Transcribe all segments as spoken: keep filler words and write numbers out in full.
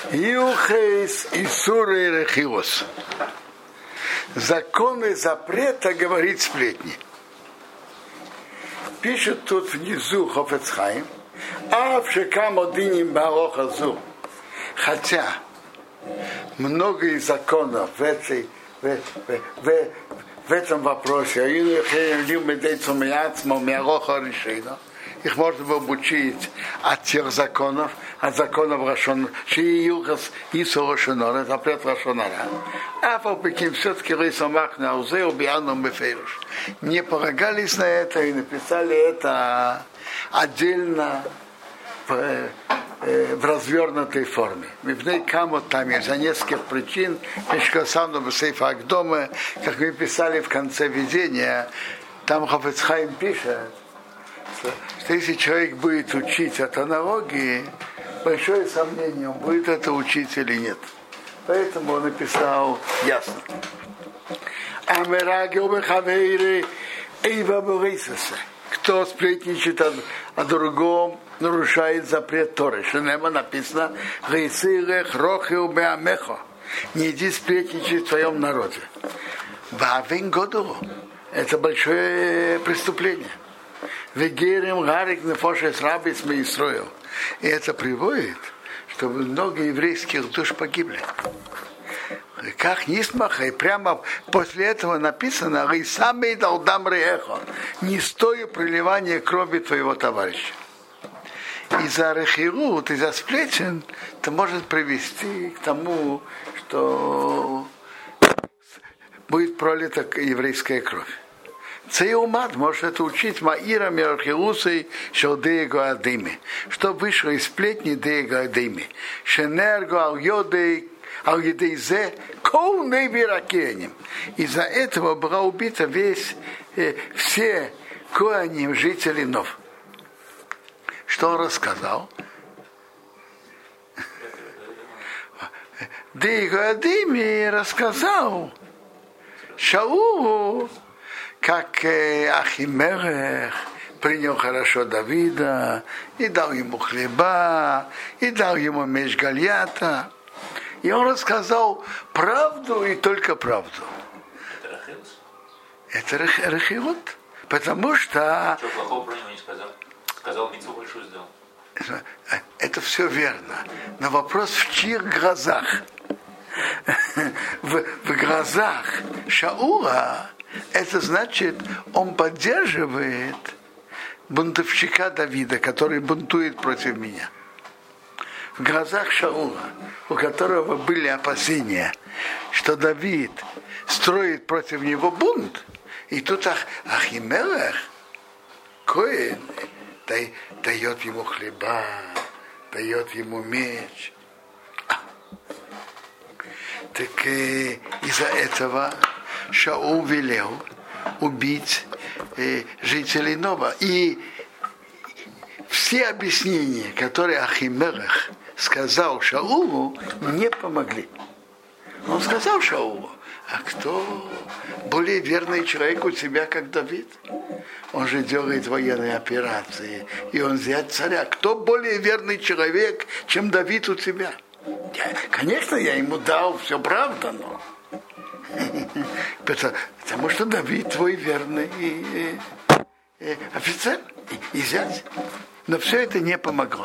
Юхейс и суры рехиос. Законы запрета говорит сплетни. Пишет тут внизу Хафец Хаим. А в шекамодиним барохазу. Хотя много из законов в, этой, в, в, в, в этом вопросе, их можно было обучить от тех законов, от законов Рашон, Шиюхас и Сорошонора, запрет Рашонара. А попеким все-таки Рейсамах на Узе убияном Бефейруш. Не полагались на это и написали это отдельно в, в развернутой форме. Мивней Камот там есть за нескольких причин, Мишкасану Бесейфа Агдома, как мы писали в конце видения, там Хафец Хаим пишет, что если человек будет учить от аналогии, большое сомнение, он будет это учить или нет. Поэтому он написал ясно. Кто сплетничает о, о другом, нарушает запрет Торы. Шенема написано: не иди сплетничать в твоем народе. Это большое преступление. Вегерем гарик нефошес рабис меисроил. И это приводит, чтобы много еврейских душ погибли. Как Нисмаха, и прямо после этого написано: «Рейсамей далдам реехо», не стою проливания крови твоего товарища. Из-за рехирут, из-за сплетен, это может привести к тому, что будет пролита еврейская кровь. Цеумат может это учить Маирами Архиусой Шелдеего Адыми, что вышло из сплетни Деего Адыми. Шенерго Аль-Йодей Аль-Йодейзе Коу Нейбиракенем. Из-за этого была убита весь, э, все коаним жители Нов. Что он рассказал? Деего Адыми рассказал Шаулу, как э, Ахимелех принял хорошо Давида, и дал ему хлеба, и дал ему меч Гольята. И он рассказал правду и только правду. Это рехилут. Потому что... Что плохого про него не сказал? Сказал, мицву большую сделал. Это, это все верно. Но вопрос в чьих глазах? в, в глазах Шаула это значит, он поддерживает бунтовщика Давида, который бунтует против меня. В глазах Шаула, у которого были опасения, что Давид строит против него бунт, и тут Ах, Ахимелех, Коэн, дает ему хлеба, дает ему меч. Так э, из-за этого Шаул велел убить э, жителей Нова. И все объяснения, которые Ахимелех сказал Шаулу, не помогли. Он сказал Шаулу: а кто более верный человек у тебя, как Давид? Он же делает военные операции, и он зять царя. Кто более верный человек, чем Давид у тебя? Я, конечно, я ему дал, все правда, но... Потому что Давид твой верный и, и, и офицер, и, и зять. Но все это не помогло.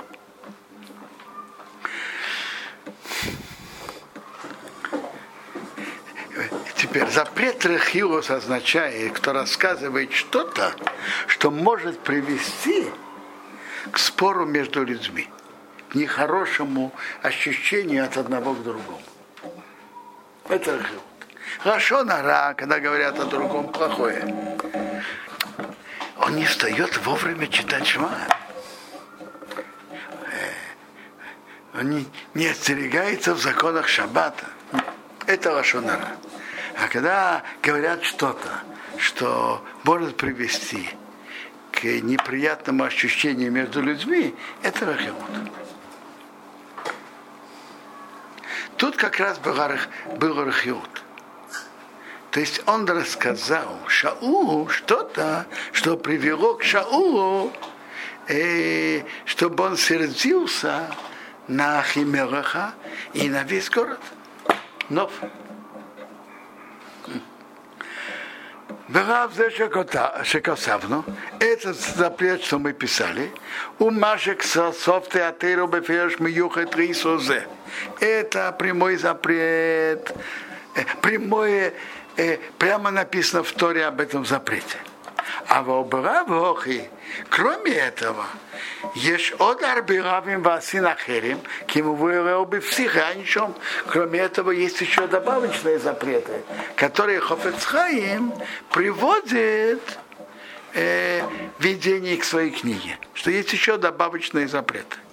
Теперь запрет рехиус означает, кто рассказывает что-то, что может привести к спору между людьми, к нехорошему ощущению от одного к другому. Это рехиус. Лашон ара, когда говорят о другом плохое, он не встает вовремя читать шма. Он не, не остерегается в законах шаббата. Это лашон ара. А когда говорят что-то, что может привести к неприятному ощущению между людьми, это рахилут. Тут как раз был рахилут. То есть он рассказал Шаулу что-то, что привело к Шаулу, э, чтобы он сердился на Ахимелаха и на весь город. Нов. Берав зе шекосавну, этот запрет, что мы писали, у Машек софты атеру бефеш миюхет рисозе. Это прямой запрет, прямое, прямо написано в Торе об этом запрете. А в Обравохи, кроме этого, есть от арбиравим васинахерим, кем вы бы всех раньше. Кроме этого, есть еще добавочные запреты, которые Хофец Хаим приводит э, в видении к своей книге. Что есть еще добавочные запреты.